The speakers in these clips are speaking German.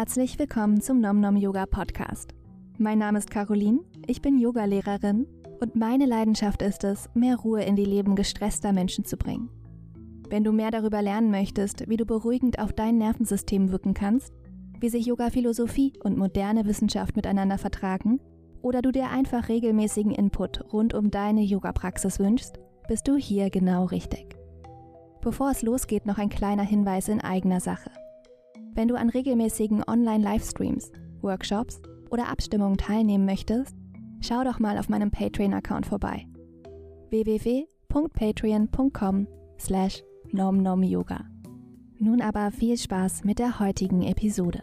Herzlich willkommen zum Nom Nom Yoga Podcast. Mein Name ist Caroline, ich bin Yogalehrerin und meine Leidenschaft ist es, mehr Ruhe in die Leben gestresster Menschen zu bringen. Wenn du mehr darüber lernen möchtest, wie du beruhigend auf dein Nervensystem wirken kannst, wie sich Yoga-Philosophie und moderne Wissenschaft miteinander vertragen, oder du dir einfach regelmäßigen Input rund um deine Yoga-Praxis wünschst, bist du hier genau richtig. Bevor es losgeht, noch ein kleiner Hinweis in eigener Sache. Wenn du an regelmäßigen Online-Livestreams, Workshops oder Abstimmungen teilnehmen möchtest, schau doch mal auf meinem Patreon-Account vorbei. www.patreon.com/nomnomyoga. Nun aber viel Spaß mit der heutigen Episode.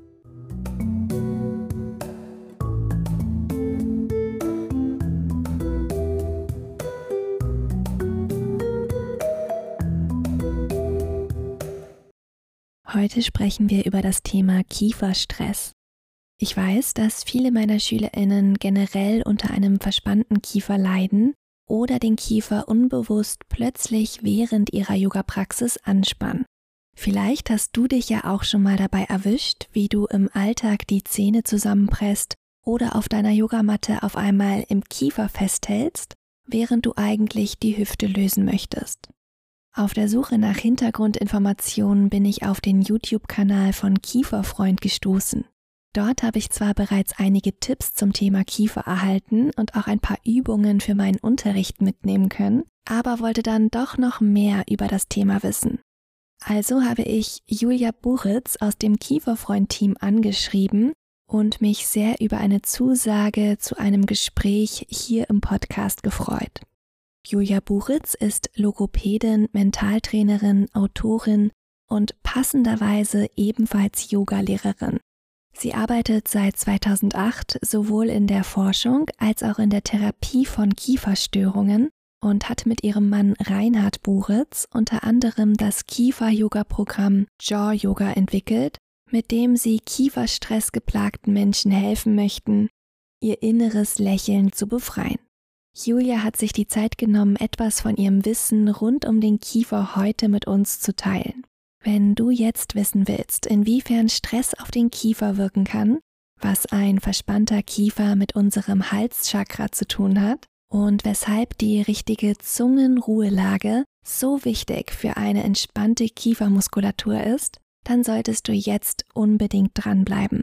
Heute sprechen wir über das Thema Kieferstress. Ich weiß, dass viele meiner SchülerInnen generell unter einem verspannten Kiefer leiden oder den Kiefer unbewusst plötzlich während ihrer Yoga-Praxis anspannen. Vielleicht hast du dich ja auch schon mal dabei erwischt, wie du im Alltag die Zähne zusammenpresst oder auf deiner Yogamatte auf einmal im Kiefer festhältst, während du eigentlich die Hüfte lösen möchtest. Auf der Suche nach Hintergrundinformationen bin ich auf den YouTube-Kanal von Kieferfreund gestoßen. Dort habe ich zwar bereits einige Tipps zum Thema Kiefer erhalten und auch ein paar Übungen für meinen Unterricht mitnehmen können, aber wollte dann doch noch mehr über das Thema wissen. Also habe ich Julia Buritz aus dem Kieferfreund-Team angeschrieben und mich sehr über eine Zusage zu einem Gespräch hier im Podcast gefreut. Julia Buritz ist Logopädin, Mentaltrainerin, Autorin und passenderweise ebenfalls Yogalehrerin. Sie arbeitet seit 2008 sowohl in der Forschung als auch in der Therapie von Kieferstörungen und hat mit ihrem Mann Reinhard Buritz unter anderem das Kiefer-Yoga-Programm Jaw Yoga entwickelt, mit dem sie kieferstressgeplagten Menschen helfen möchten, ihr inneres Lächeln zu befreien. Julia hat sich die Zeit genommen, etwas von ihrem Wissen rund um den Kiefer heute mit uns zu teilen. Wenn du jetzt wissen willst, inwiefern Stress auf den Kiefer wirken kann, was ein verspannter Kiefer mit unserem Halschakra zu tun hat und weshalb die richtige Zungenruhelage so wichtig für eine entspannte Kiefermuskulatur ist, dann solltest du jetzt unbedingt dranbleiben.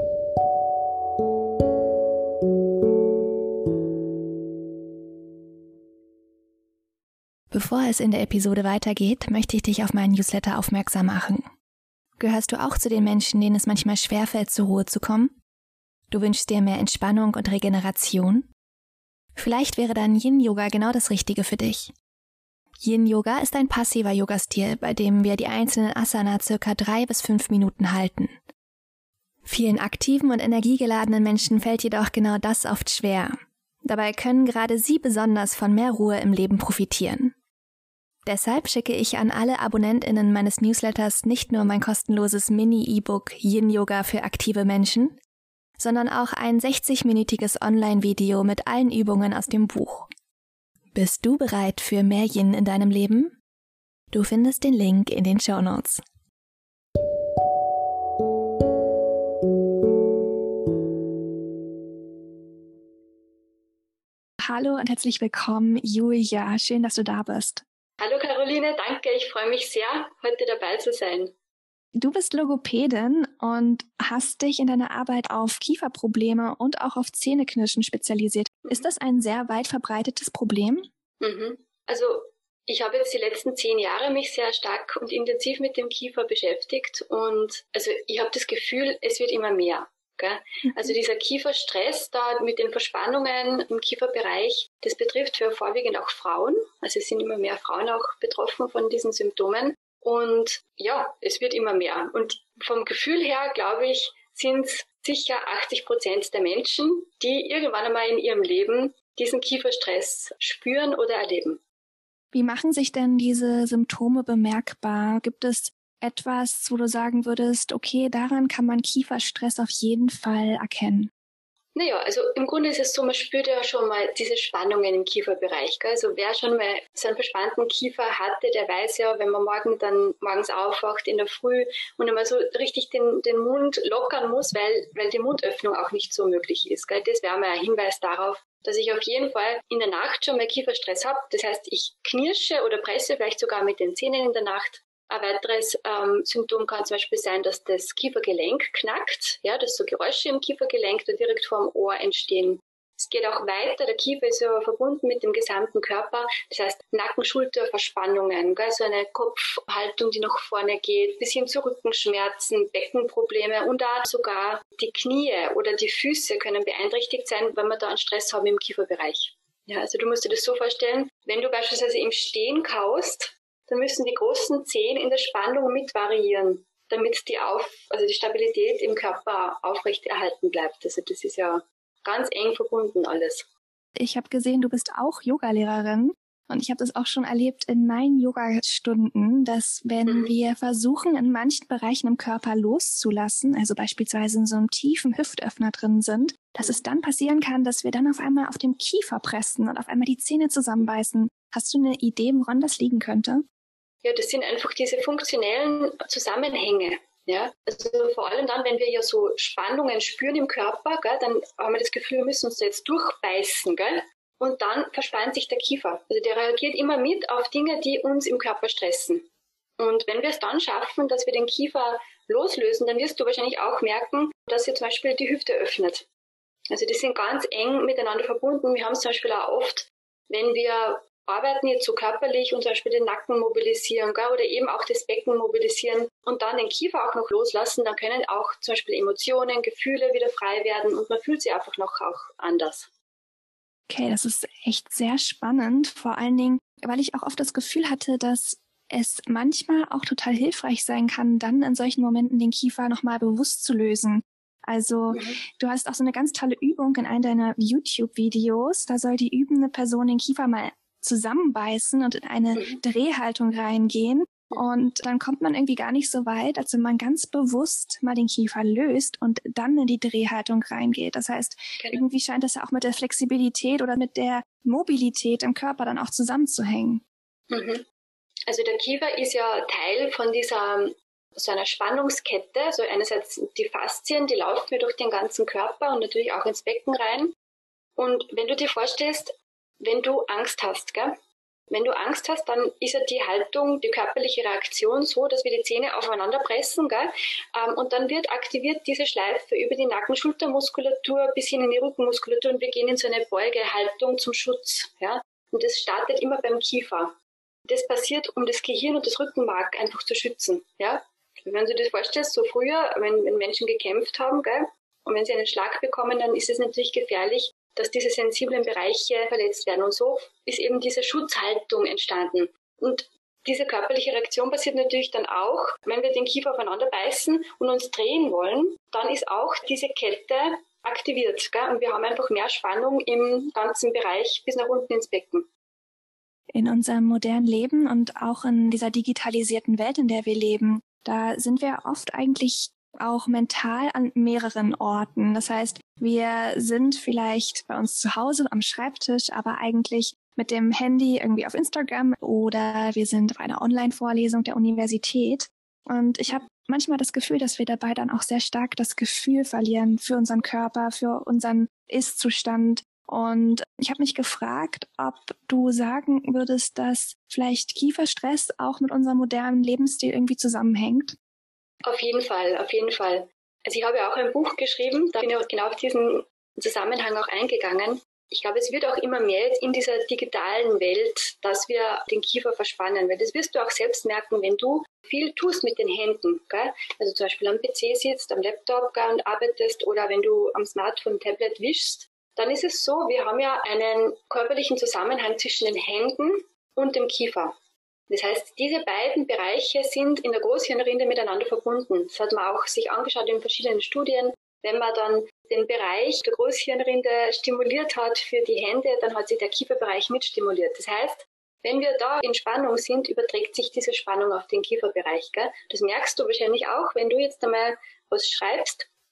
Bevor es in der Episode weitergeht, möchte ich dich auf meinen Newsletter aufmerksam machen. Gehörst du auch zu den Menschen, denen es manchmal schwerfällt, zur Ruhe zu kommen? Du wünschst dir mehr Entspannung und Regeneration? Vielleicht wäre dann Yin-Yoga genau das Richtige für dich. Yin-Yoga ist ein passiver Yogastil, bei dem wir die einzelnen Asana ca. 3 bis 5 Minuten halten. Vielen aktiven und energiegeladenen Menschen fällt jedoch genau das oft schwer. Dabei können gerade sie besonders von mehr Ruhe im Leben profitieren. Deshalb schicke ich an alle AbonnentInnen meines Newsletters nicht nur mein kostenloses Mini-E-Book Yin-Yoga für aktive Menschen, sondern auch ein 60-minütiges Online-Video mit allen Übungen aus dem Buch. Bist du bereit für mehr Yin in deinem Leben? Du findest den Link in den Shownotes. Hallo und herzlich willkommen, Julia. Schön, dass du da bist. Hallo Caroline, danke. Ich freue mich sehr, heute dabei zu sein. Du bist Logopädin und hast dich in deiner Arbeit auf Kieferprobleme und auch auf Zähneknirschen spezialisiert. Ist das ein sehr weit verbreitetes Problem? Also ich habe jetzt die letzten 10 Jahre mich sehr stark und intensiv mit dem Kiefer beschäftigt und also ich habe das Gefühl, es wird immer mehr. Gell? Also dieser Kieferstress da mit den Verspannungen im Kieferbereich, das betrifft für vorwiegend auch Frauen. Also es sind immer mehr Frauen auch betroffen von diesen Symptomen. Und ja, es wird immer mehr. Und vom Gefühl her, glaube ich, sind es sicher 80% der Menschen, die irgendwann einmal in ihrem Leben diesen Kieferstress spüren oder erleben. Wie machen sich denn diese Symptome bemerkbar? Gibt es etwas, wo du sagen würdest, okay, daran kann man Kieferstress auf jeden Fall erkennen? Naja, also im Grunde ist es so, man spürt ja schon mal diese Spannungen im Kieferbereich. Gell? Also wer schon mal so einen verspannten Kiefer hatte, der weiß ja, wenn man morgens aufwacht in der Früh und einmal so richtig den Mund lockern muss, weil die Mundöffnung auch nicht so möglich ist. Gell? Das wäre mal ein Hinweis darauf, dass ich auf jeden Fall in der Nacht schon mal Kieferstress habe. Das heißt, ich knirsche oder presse vielleicht sogar mit den Zähnen in der Nacht. Ein weiteres Symptom kann zum Beispiel sein, dass das Kiefergelenk knackt, ja, dass so Geräusche im Kiefergelenk da direkt vorm Ohr entstehen. Es geht auch weiter, der Kiefer ist ja verbunden mit dem gesamten Körper, das heißt Nacken-Schulter-Verspannungen, so eine Kopfhaltung, die nach vorne geht, bis hin zu Rückenschmerzen, Beckenprobleme und auch sogar die Knie oder die Füße können beeinträchtigt sein, wenn wir da einen Stress haben im Kieferbereich. Ja, also du musst dir das so vorstellen, wenn du beispielsweise im Stehen kaust, dann müssen die großen Zehen in der Spannung mit variieren, damit die Stabilität im Körper aufrechterhalten bleibt. Also das ist ja ganz eng verbunden alles. Ich habe gesehen, du bist auch Yogalehrerin und ich habe das auch schon erlebt in meinen Yogastunden, dass wenn wir versuchen, in manchen Bereichen im Körper loszulassen, also beispielsweise in so einem tiefen Hüftöffner drin sind, dass es dann passieren kann, dass wir dann auf einmal auf dem Kiefer pressen und auf einmal die Zähne zusammenbeißen. Hast du eine Idee, woran das liegen könnte? Ja, das sind einfach diese funktionellen Zusammenhänge. Ja, also vor allem dann, wenn wir ja so Spannungen spüren im Körper, gell, dann haben wir das Gefühl, wir müssen uns da jetzt durchbeißen, gell? Und dann verspannt sich der Kiefer. Also der reagiert immer mit auf Dinge, die uns im Körper stressen. Und wenn wir es dann schaffen, dass wir den Kiefer loslösen, dann wirst du wahrscheinlich auch merken, dass sich zum Beispiel die Hüfte öffnet. Also die sind ganz eng miteinander verbunden. Wir haben es zum Beispiel auch oft, wenn wir arbeiten jetzt so körperlich und zum Beispiel den Nacken mobilisieren, gell, oder eben auch das Becken mobilisieren und dann den Kiefer auch noch loslassen, dann können auch zum Beispiel Emotionen, Gefühle wieder frei werden und man fühlt sich einfach noch auch anders. Okay, das ist echt sehr spannend, vor allen Dingen, weil ich auch oft das Gefühl hatte, dass es manchmal auch total hilfreich sein kann, dann in solchen Momenten den Kiefer nochmal bewusst zu lösen. Also du hast auch so eine ganz tolle Übung in einem deiner YouTube-Videos, da soll die übende Person den Kiefer mal zusammenbeißen und in eine Drehhaltung reingehen. Und dann kommt man irgendwie gar nicht so weit, als wenn man ganz bewusst mal den Kiefer löst und dann in die Drehhaltung reingeht. Das heißt, irgendwie scheint das ja auch mit der Flexibilität oder mit der Mobilität im Körper dann auch zusammenzuhängen. Also der Kiefer ist ja Teil von so einer Spannungskette. Also einerseits die Faszien, die laufen ja durch den ganzen Körper und natürlich auch ins Becken rein. Und wenn du dir vorstellst, wenn du Angst hast, gell? Wenn du Angst hast, dann ist ja die Haltung, die körperliche Reaktion so, dass wir die Zähne aufeinander pressen, gell? Und dann wird aktiviert diese Schleife über die Nacken-Schultermuskulatur bis hin in die Rückenmuskulatur und wir gehen in so eine Beugehaltung zum Schutz. Ja? Und das startet immer beim Kiefer. Das passiert, um das Gehirn und das Rückenmark einfach zu schützen. Ja? Wenn du dir das vorstellst, so früher, wenn Menschen gekämpft haben, gell? Und wenn sie einen Schlag bekommen, dann ist es natürlich gefährlich, dass diese sensiblen Bereiche verletzt werden. Und so ist eben diese Schutzhaltung entstanden. Und diese körperliche Reaktion passiert natürlich dann auch, wenn wir den Kiefer aufeinander beißen und uns drehen wollen, dann ist auch diese Kette aktiviert. Gell? Und wir haben einfach mehr Spannung im ganzen Bereich bis nach unten ins Becken. In unserem modernen Leben und auch in dieser digitalisierten Welt, in der wir leben, da sind wir oft eigentlich auch mental an mehreren Orten. Das heißt, wir sind vielleicht bei uns zu Hause am Schreibtisch, aber eigentlich mit dem Handy irgendwie auf Instagram oder wir sind auf einer Online-Vorlesung der Universität. Und ich habe manchmal das Gefühl, dass wir dabei dann auch sehr stark das Gefühl verlieren für unseren Körper, für unseren Ist-Zustand. Und ich habe mich gefragt, ob du sagen würdest, dass vielleicht Kieferstress auch mit unserem modernen Lebensstil irgendwie zusammenhängt. Auf jeden Fall, auf jeden Fall. Also ich habe ja auch ein Buch geschrieben, da bin ich auch genau auf diesen Zusammenhang auch eingegangen. Ich glaube, es wird auch immer mehr jetzt in dieser digitalen Welt, dass wir den Kiefer verspannen, weil das wirst du auch selbst merken, wenn du viel tust mit den Händen, gell? Also zum Beispiel am PC sitzt, am Laptop gell, und arbeitest oder wenn du am Smartphone, Tablet wischst, dann ist es so, wir haben ja einen körperlichen Zusammenhang zwischen den Händen und dem Kiefer. Das heißt, diese beiden Bereiche sind in der Großhirnrinde miteinander verbunden. Das hat man auch sich angeschaut in verschiedenen Studien. Wenn man dann den Bereich der Großhirnrinde stimuliert hat für die Hände, dann hat sich der Kieferbereich mitstimuliert. Das heißt, wenn wir da in Spannung sind, überträgt sich diese Spannung auf den Kieferbereich. Gell? Das merkst du wahrscheinlich auch, wenn du jetzt einmal was schreibst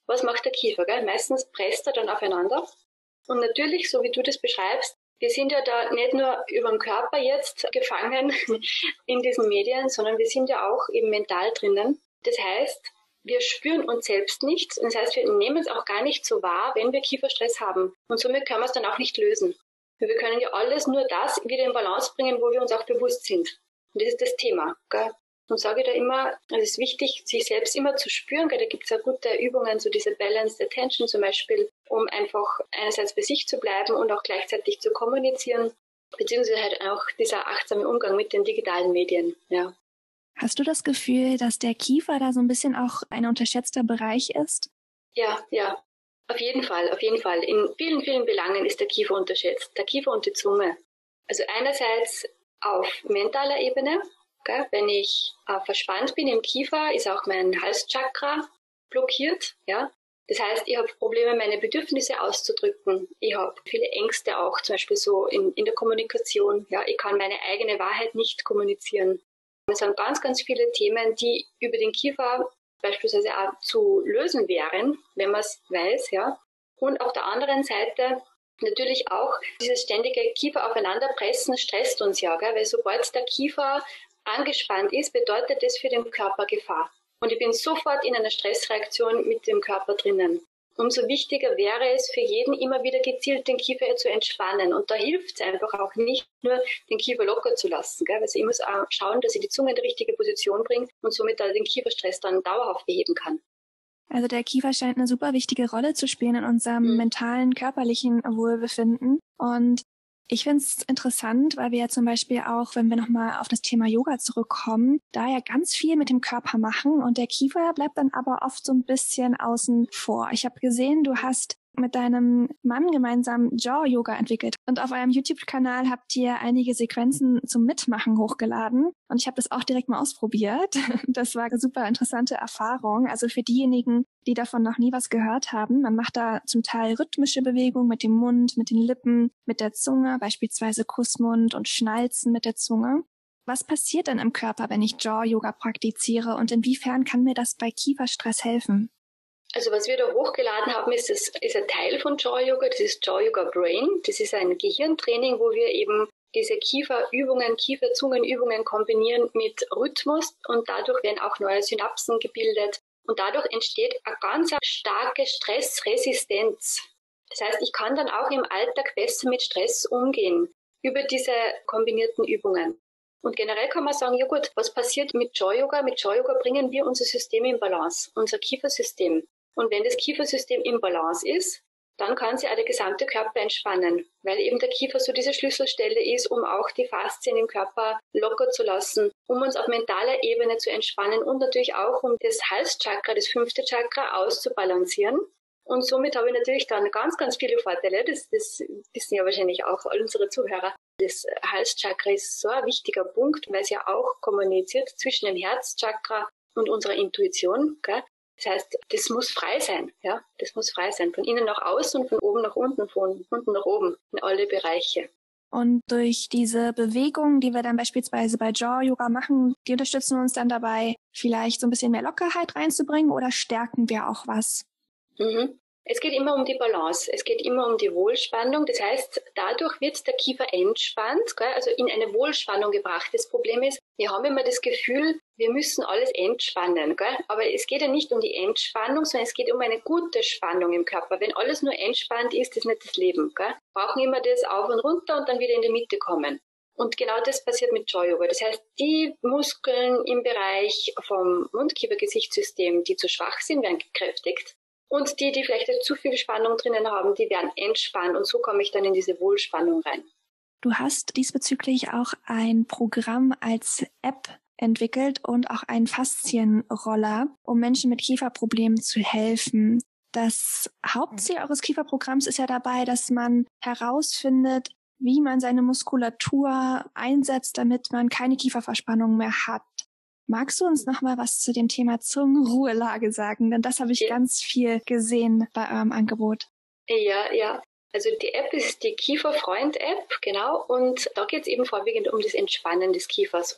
was macht der Kiefer? Gell? Meistens presst er dann aufeinander. Und natürlich, so wie du das beschreibst, wir sind ja da nicht nur über den Körper jetzt gefangen in diesen Medien, sondern wir sind ja auch eben mental drinnen. Das heißt, wir spüren uns selbst nicht. Und das heißt, wir nehmen es auch gar nicht so wahr, wenn wir Kieferstress haben. Und somit können wir es dann auch nicht lösen. Wir können ja alles nur das wieder in Balance bringen, wo wir uns auch bewusst sind. Und das ist das Thema. Gell? Und sage ich da immer, es ist wichtig, sich selbst immer zu spüren. Gell? Da gibt es ja gute Übungen, so diese Balanced Attention zum Beispiel, um einfach einerseits bei sich zu bleiben und auch gleichzeitig zu kommunizieren, beziehungsweise halt auch dieser achtsame Umgang mit den digitalen Medien. Ja. Hast du das Gefühl, dass der Kiefer da so ein bisschen auch ein unterschätzter Bereich ist? Ja, auf jeden Fall, auf jeden Fall. In vielen, vielen Belangen ist der Kiefer unterschätzt. Der Kiefer und die Zunge. Also einerseits auf mentaler Ebene. Gell? Wenn ich verspannt bin im Kiefer, ist auch mein Halschakra blockiert. Ja? Das heißt, ich habe Probleme, meine Bedürfnisse auszudrücken. Ich habe viele Ängste auch, zum Beispiel so in der Kommunikation. Ja? Ich kann meine eigene Wahrheit nicht kommunizieren. Es sind ganz, ganz viele Themen, die über den Kiefer beispielsweise auch zu lösen wären, wenn man es weiß. Ja? Und auf der anderen Seite natürlich auch dieses ständige Kiefer aufeinanderpressen stresst uns ja, gell? Weil sobald der Kiefer angespannt ist, bedeutet das für den Körper Gefahr. Und ich bin sofort in einer Stressreaktion mit dem Körper drinnen. Umso wichtiger wäre es für jeden, immer wieder gezielt den Kiefer zu entspannen. Und da hilft es einfach auch nicht nur, den Kiefer locker zu lassen. Gell? Also ich muss auch schauen, dass ich die Zunge in die richtige Position bringe und somit den Kieferstress dann dauerhaft beheben kann. Also der Kiefer scheint eine super wichtige Rolle zu spielen in unserem mentalen, körperlichen Wohlbefinden. Und ich finde es interessant, weil wir ja zum Beispiel auch, wenn wir nochmal auf das Thema Yoga zurückkommen, da ja ganz viel mit dem Körper machen und der Kiefer bleibt dann aber oft so ein bisschen außen vor. Ich habe gesehen, du hast mit deinem Mann gemeinsam Jaw-Yoga entwickelt und auf eurem YouTube-Kanal habt ihr einige Sequenzen zum Mitmachen hochgeladen und ich habe das auch direkt mal ausprobiert. Das war eine super interessante Erfahrung. Also für diejenigen, die davon noch nie was gehört haben, man macht da zum Teil rhythmische Bewegungen mit dem Mund, mit den Lippen, mit der Zunge, beispielsweise Kussmund und Schnalzen mit der Zunge. Was passiert denn im Körper, wenn ich Jaw-Yoga praktiziere und inwiefern kann mir das bei Kieferstress helfen? Also was wir da hochgeladen haben, ist ein Teil von Jaw-Yoga, das ist Jaw-Yoga Brain. Das ist ein Gehirntraining, wo wir eben diese Kieferübungen, Kiefer-Zungenübungen kombinieren mit Rhythmus und dadurch werden auch neue Synapsen gebildet und dadurch entsteht eine ganz starke Stressresistenz. Das heißt, ich kann dann auch im Alltag besser mit Stress umgehen über diese kombinierten Übungen. Und generell kann man sagen, ja gut, was passiert mit Jaw-Yoga? Mit Jaw-Yoga bringen wir unser System in Balance, unser Kiefersystem. Und wenn das Kiefersystem in Balance ist, dann kann sich auch der gesamte Körper entspannen, weil eben der Kiefer so diese Schlüsselstelle ist, um auch die Faszien im Körper locker zu lassen, um uns auf mentaler Ebene zu entspannen und natürlich auch, um das Halschakra, das 5. Chakra, auszubalancieren. Und somit habe ich natürlich dann ganz, ganz viele Vorteile. Das wissen ja wahrscheinlich auch all unsere Zuhörer. Das Halschakra ist so ein wichtiger Punkt, weil es ja auch kommuniziert zwischen dem Herzchakra und unserer Intuition. Gell? Das heißt, das muss frei sein. Ja? Das muss frei sein. Von innen nach außen und von oben nach unten, von unten nach oben, in alle Bereiche. Und durch diese Bewegungen, die wir dann beispielsweise bei Jaw-Yoga machen, die unterstützen uns dann dabei, vielleicht so ein bisschen mehr Lockerheit reinzubringen oder stärken wir auch was? Es geht immer um die Balance, es geht immer um die Wohlspannung. Das heißt, dadurch wird der Kiefer entspannt, gell? Also in eine Wohlspannung gebracht. Das Problem ist, wir haben immer das Gefühl, wir müssen alles entspannen. Gell? Aber es geht ja nicht um die Entspannung, sondern es geht um eine gute Spannung im Körper. Wenn alles nur entspannt ist, ist nicht das Leben. Gell? Wir brauchen immer das Auf und Runter und dann wieder in die Mitte kommen. Und genau das passiert mit Jaw-Yoga. Das heißt, die Muskeln im Bereich vom Mundkiefer-Gesichtssystem, die zu schwach sind, werden gekräftigt. Und die vielleicht zu viel Spannung drinnen haben, die werden entspannt. Und so komme ich dann in diese Wohlspannung rein. Du hast diesbezüglich auch ein Programm als App entwickelt und auch einen Faszienroller, um Menschen mit Kieferproblemen zu helfen. Das Hauptziel eures Kieferprogramms ist ja dabei, dass man herausfindet, wie man seine Muskulatur einsetzt, damit man keine Kieferverspannung mehr hat. Magst du uns noch mal was zu dem Thema Zungenruhelage sagen? Denn das habe ich ganz viel gesehen bei eurem Angebot. Ja. Also die App ist die Kieferfreund-App, genau. Und da geht es eben vorwiegend um das Entspannen des Kiefers. Und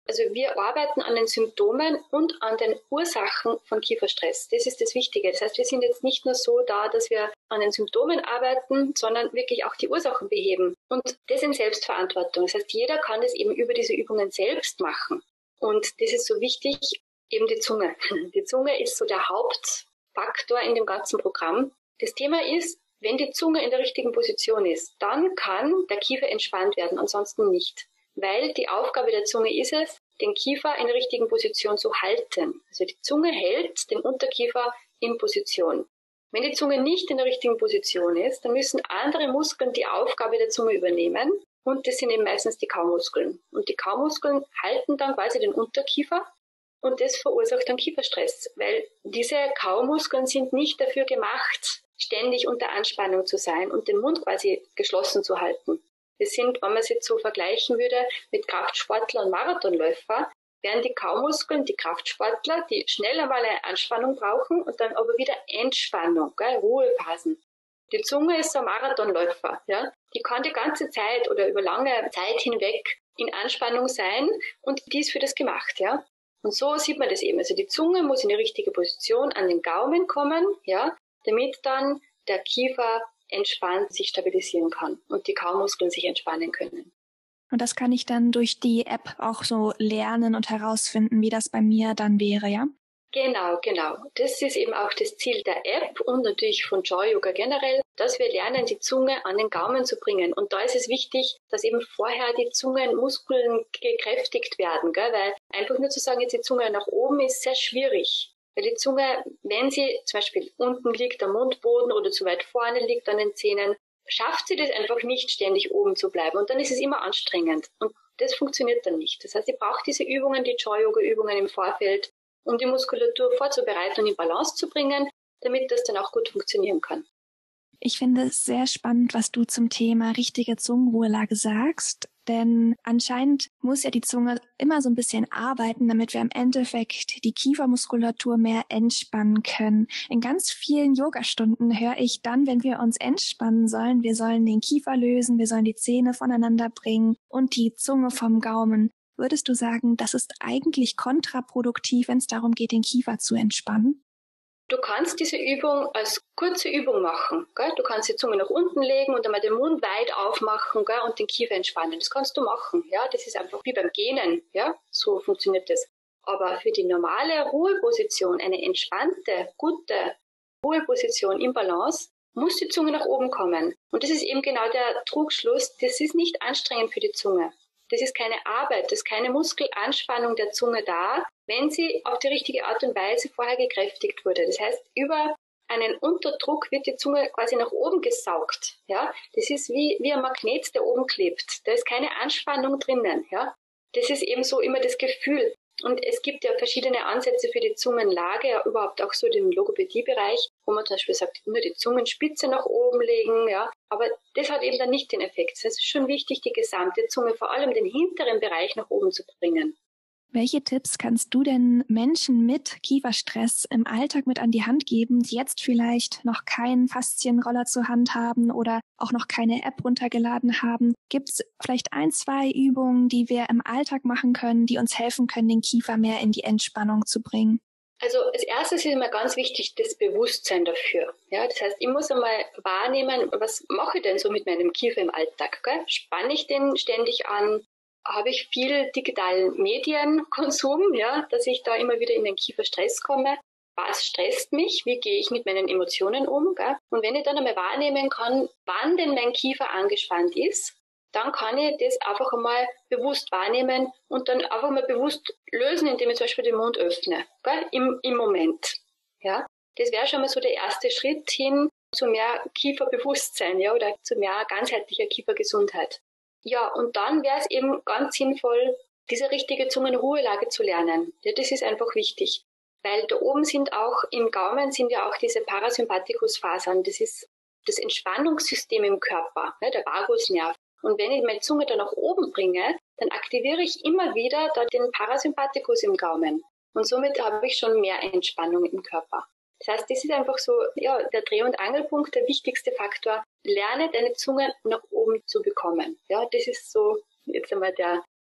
Also wir arbeiten an den Symptomen und an den Ursachen von Kieferstress. Das ist das Wichtige. Das heißt, wir sind jetzt nicht nur so da, dass wir an den Symptomen arbeiten, sondern wirklich auch die Ursachen beheben. Und das in Selbstverantwortung. Das heißt, jeder kann das eben über diese Übungen selbst machen. Und das ist so wichtig, eben die Zunge. Die Zunge ist so der Hauptfaktor in dem ganzen Programm. Das Thema ist, wenn die Zunge in der richtigen Position ist, dann kann der Kiefer entspannt werden, ansonsten nicht. Weil die Aufgabe der Zunge ist es, den Kiefer in der richtigen Position zu halten. Also die Zunge hält den Unterkiefer in Position. Wenn die Zunge nicht in der richtigen Position ist, dann müssen andere Muskeln die Aufgabe der Zunge übernehmen. Und das sind eben meistens die Kaumuskeln. Und die Kaumuskeln halten dann quasi den Unterkiefer und das verursacht dann Kieferstress, weil diese Kaumuskeln sind nicht dafür gemacht, ständig unter Anspannung zu sein und den Mund quasi geschlossen zu halten. Das sind, wenn man es jetzt so vergleichen würde mit Kraftsportler und Marathonläufer, wären die Kaumuskeln, die Kraftsportler, die schnell einmal eine Anspannung brauchen und dann aber wieder Entspannung, Ruhephasen. Die Zunge ist so ein Marathonläufer, ja. Die kann die ganze Zeit oder über lange Zeit hinweg in Anspannung sein und die ist für das gemacht, ja. Und so sieht man das eben. Also die Zunge muss in die richtige Position an den Gaumen kommen, ja, damit dann der Kiefer entspannt sich stabilisieren kann und die Kaumuskeln sich entspannen können. Und das kann ich dann durch die App auch so lernen und herausfinden, wie das bei mir dann wäre, ja? Genau. Das ist eben auch das Ziel der App und natürlich von Joy Yoga generell, dass wir lernen, die Zunge an den Gaumen zu bringen. Und da ist es wichtig, dass eben vorher die Zungenmuskeln gekräftigt werden, gell? Weil einfach nur zu sagen, jetzt die Zunge nach oben ist sehr schwierig. Weil die Zunge, wenn sie zum Beispiel unten liegt am Mundboden oder zu weit vorne liegt an den Zähnen, schafft sie das einfach nicht, ständig oben zu bleiben. Und dann ist es immer anstrengend. Und das funktioniert dann nicht. Das heißt, sie braucht diese Übungen, die Joy-Yoga-Übungen im Vorfeld, um die Muskulatur vorzubereiten und in Balance zu bringen, damit das dann auch gut funktionieren kann. Ich finde es sehr spannend, was du zum Thema richtige Zungenruhelage sagst, denn anscheinend muss ja die Zunge immer so ein bisschen arbeiten, damit wir im Endeffekt die Kiefermuskulatur mehr entspannen können. In ganz vielen Yogastunden höre ich dann, wenn wir uns entspannen sollen, wir sollen den Kiefer lösen, wir sollen die Zähne voneinander bringen und die Zunge vom Gaumen. Würdest du sagen, das ist eigentlich kontraproduktiv, wenn es darum geht, den Kiefer zu entspannen? Du kannst diese Übung als kurze Übung machen. Gell? Du kannst die Zunge nach unten legen und einmal den Mund weit aufmachen, gell? Und den Kiefer entspannen. Das kannst du machen. Ja? Das ist einfach wie beim Gähnen. Ja? So funktioniert das. Aber für die normale Ruheposition, eine entspannte, gute Ruheposition im Balance, muss die Zunge nach oben kommen. Und das ist eben genau der Trugschluss. Das ist nicht anstrengend für die Zunge. Das ist keine Arbeit, das ist keine Muskelanspannung der Zunge da, wenn sie auf die richtige Art und Weise vorher gekräftigt wurde. Das heißt, über einen Unterdruck wird die Zunge quasi nach oben gesaugt. Ja? Das ist wie ein Magnet, der oben klebt. Da ist keine Anspannung drinnen. Ja? Das ist eben so immer das Gefühl. Und es gibt ja verschiedene Ansätze für die Zungenlage, ja, überhaupt auch so den Logopädiebereich, wo man zum Beispiel sagt, nur die Zungenspitze nach oben legen, ja. Aber das hat eben dann nicht den Effekt. Es ist schon wichtig, die gesamte Zunge, vor allem den hinteren Bereich nach oben zu bringen. Welche Tipps kannst du denn Menschen mit Kieferstress im Alltag mit an die Hand geben, die jetzt vielleicht noch keinen Faszienroller zur Hand haben oder auch noch keine App runtergeladen haben? Gibt es vielleicht 1, 2 Übungen, die wir im Alltag machen können, die uns helfen können, den Kiefer mehr in die Entspannung zu bringen? Also als erstes ist immer ganz wichtig das Bewusstsein dafür. Ja, das heißt, ich muss einmal wahrnehmen, was mache ich denn so mit meinem Kiefer im Alltag? Gell? Spanne ich den ständig an? Habe ich viel digitalen Medienkonsum, ja, dass ich da immer wieder in den Kieferstress komme? Was stresst mich? Wie gehe ich mit meinen Emotionen um? Gell? Und wenn ich dann einmal wahrnehmen kann, wann denn mein Kiefer angespannt ist, dann kann ich das einfach einmal bewusst wahrnehmen und dann einfach mal bewusst lösen, indem ich zum Beispiel den Mund öffne, gell? Im Moment. Ja? Das wäre schon mal so der erste Schritt hin zu mehr Kieferbewusstsein, ja, oder zu mehr ganzheitlicher Kiefergesundheit. Ja, und dann wäre es eben ganz sinnvoll, diese richtige Zungenruhelage zu lernen. Ja, das ist einfach wichtig. Weil da oben sind auch, im Gaumen sind ja auch diese Parasympathikusfasern. Das ist das Entspannungssystem im Körper, ne, der Vagusnerv. Und wenn ich meine Zunge da nach oben bringe, dann aktiviere ich immer wieder da den Parasympathikus im Gaumen. Und somit habe ich schon mehr Entspannung im Körper. Das heißt, das ist einfach so, ja, der Dreh- und Angelpunkt, der wichtigste Faktor. Lerne deine Zunge nach oben zu bekommen. Ja, das ist so jetzt einmal der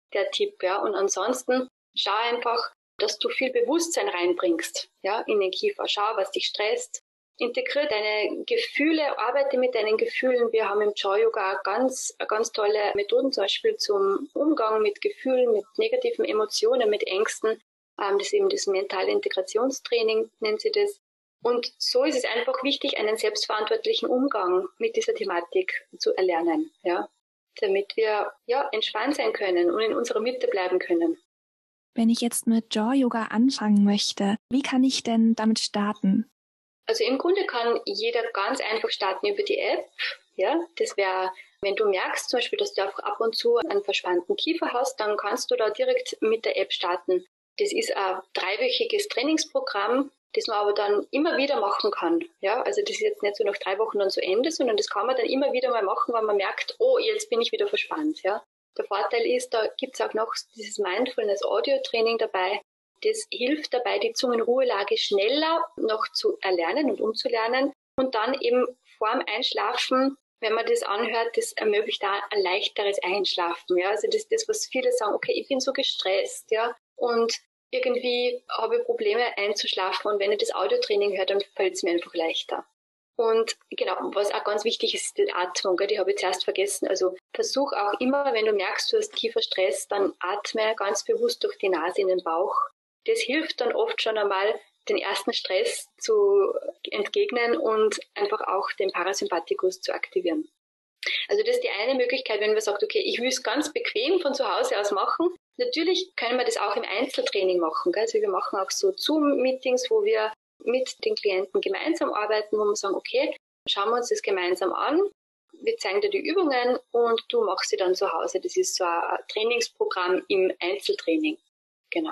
der Tipp, ja. Und ansonsten schau einfach, dass du viel Bewusstsein reinbringst, ja, in den Kiefer. Schau, was dich stresst. Integriere deine Gefühle, arbeite mit deinen Gefühlen. Wir haben im Joy Yoga ganz tolle Methoden, zum Beispiel zum Umgang mit Gefühlen, mit negativen Emotionen, mit Ängsten. Das ist eben das mentale Integrationstraining, nennt sie das. Und so ist es einfach wichtig, einen selbstverantwortlichen Umgang mit dieser Thematik zu erlernen, ja, damit wir entspannt sein können und in unserer Mitte bleiben können. Wenn ich jetzt mit Joy Yoga anfangen möchte, wie kann ich denn damit starten? Also im Grunde kann jeder ganz einfach starten über die App. Ja, das wäre, wenn du merkst zum Beispiel, dass du einfach ab und zu einen verspannten Kiefer hast, dann kannst du da direkt mit der App starten. Das ist ein 3-wöchiges Trainingsprogramm, das man aber dann immer wieder machen kann. Ja, also das ist jetzt nicht so nach 3 Wochen dann zu Ende, sondern das kann man dann immer wieder mal machen, wenn man merkt, oh, jetzt bin ich wieder verspannt. Ja, der Vorteil ist, da gibt's auch noch dieses Mindfulness-Audio-Training dabei. Das hilft dabei, die Zungenruhelage schneller noch zu erlernen und umzulernen und dann eben vorm Einschlafen, wenn man das anhört, das ermöglicht da ein leichteres Einschlafen. Ja, also das ist das, was viele sagen, okay, ich bin so gestresst, ja, und irgendwie habe ich Probleme einzuschlafen und wenn ich das Audiotraining höre, dann fällt es mir einfach leichter. Und genau, was auch ganz wichtig ist, ist die Atmung, die habe ich zuerst vergessen. Also versuch auch immer, wenn du merkst, du hast Kieferstress, dann atme ganz bewusst durch die Nase in den Bauch. Das hilft dann oft schon einmal, den ersten Stress zu entgegnen und einfach auch den Parasympathikus zu aktivieren. Also das ist die eine Möglichkeit, wenn man sagt, okay, ich will es ganz bequem von zu Hause aus machen. Natürlich können wir das auch im Einzeltraining machen. Also wir machen auch so Zoom-Meetings, wo wir mit den Klienten gemeinsam arbeiten, wo wir sagen, okay, schauen wir uns das gemeinsam an. Wir zeigen dir die Übungen und du machst sie dann zu Hause. Das ist so ein Trainingsprogramm im Einzeltraining. Genau.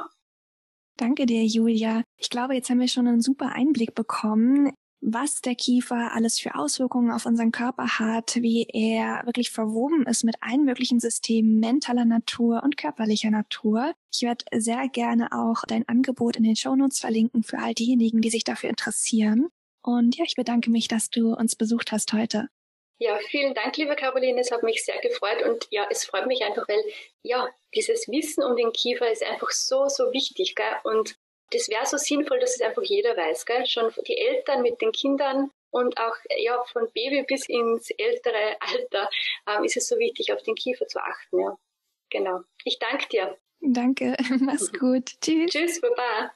Danke dir, Julia. Ich glaube, jetzt haben wir schon einen super Einblick bekommen, was der Kiefer alles für Auswirkungen auf unseren Körper hat, wie er wirklich verwoben ist mit allen möglichen Systemen mentaler Natur und körperlicher Natur. Ich werde sehr gerne auch dein Angebot in den Shownotes verlinken für all diejenigen, die sich dafür interessieren. Und ja, ich bedanke mich, dass du uns besucht hast heute. Ja, vielen Dank, liebe Caroline. Es hat mich sehr gefreut und ja, es freut mich einfach, weil ja, dieses Wissen um den Kiefer ist einfach so wichtig, gell? Und das wäre so sinnvoll, dass es einfach jeder weiß, gell? Schon die Eltern mit den Kindern und auch ja von Baby bis ins ältere Alter ist es so wichtig, auf den Kiefer zu achten. Ja, genau. Ich danke dir. Danke, mach's gut. Tschüss. Tschüss, Baba.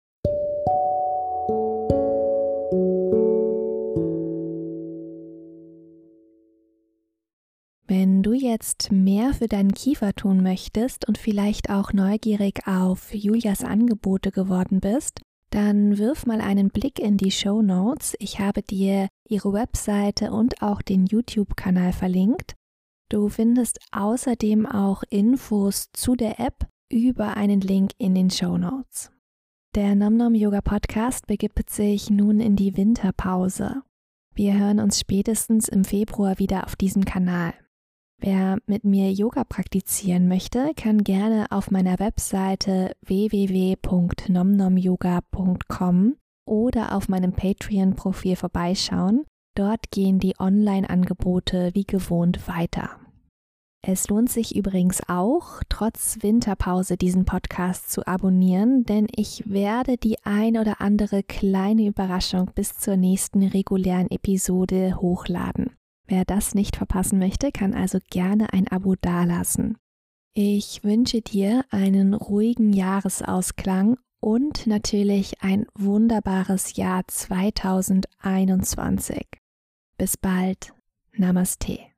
Wenn du jetzt mehr für deinen Kiefer tun möchtest und vielleicht auch neugierig auf Julias Angebote geworden bist, dann wirf mal einen Blick in die Shownotes. Ich habe dir ihre Webseite und auch den YouTube-Kanal verlinkt. Du findest außerdem auch Infos zu der App über einen Link in den Shownotes. Der Nom Nom Yoga Podcast begibt sich nun in die Winterpause. Wir hören uns spätestens im Februar wieder auf diesem Kanal. Wer mit mir Yoga praktizieren möchte, kann gerne auf meiner Webseite www.nomnomyoga.com oder auf meinem Patreon-Profil vorbeischauen. Dort gehen die Online-Angebote wie gewohnt weiter. Es lohnt sich übrigens auch, trotz Winterpause diesen Podcast zu abonnieren, denn ich werde die ein oder andere kleine Überraschung bis zur nächsten regulären Episode hochladen. Wer das nicht verpassen möchte, kann also gerne ein Abo dalassen. Ich wünsche dir einen ruhigen Jahresausklang und natürlich ein wunderbares Jahr 2021. Bis bald. Namaste.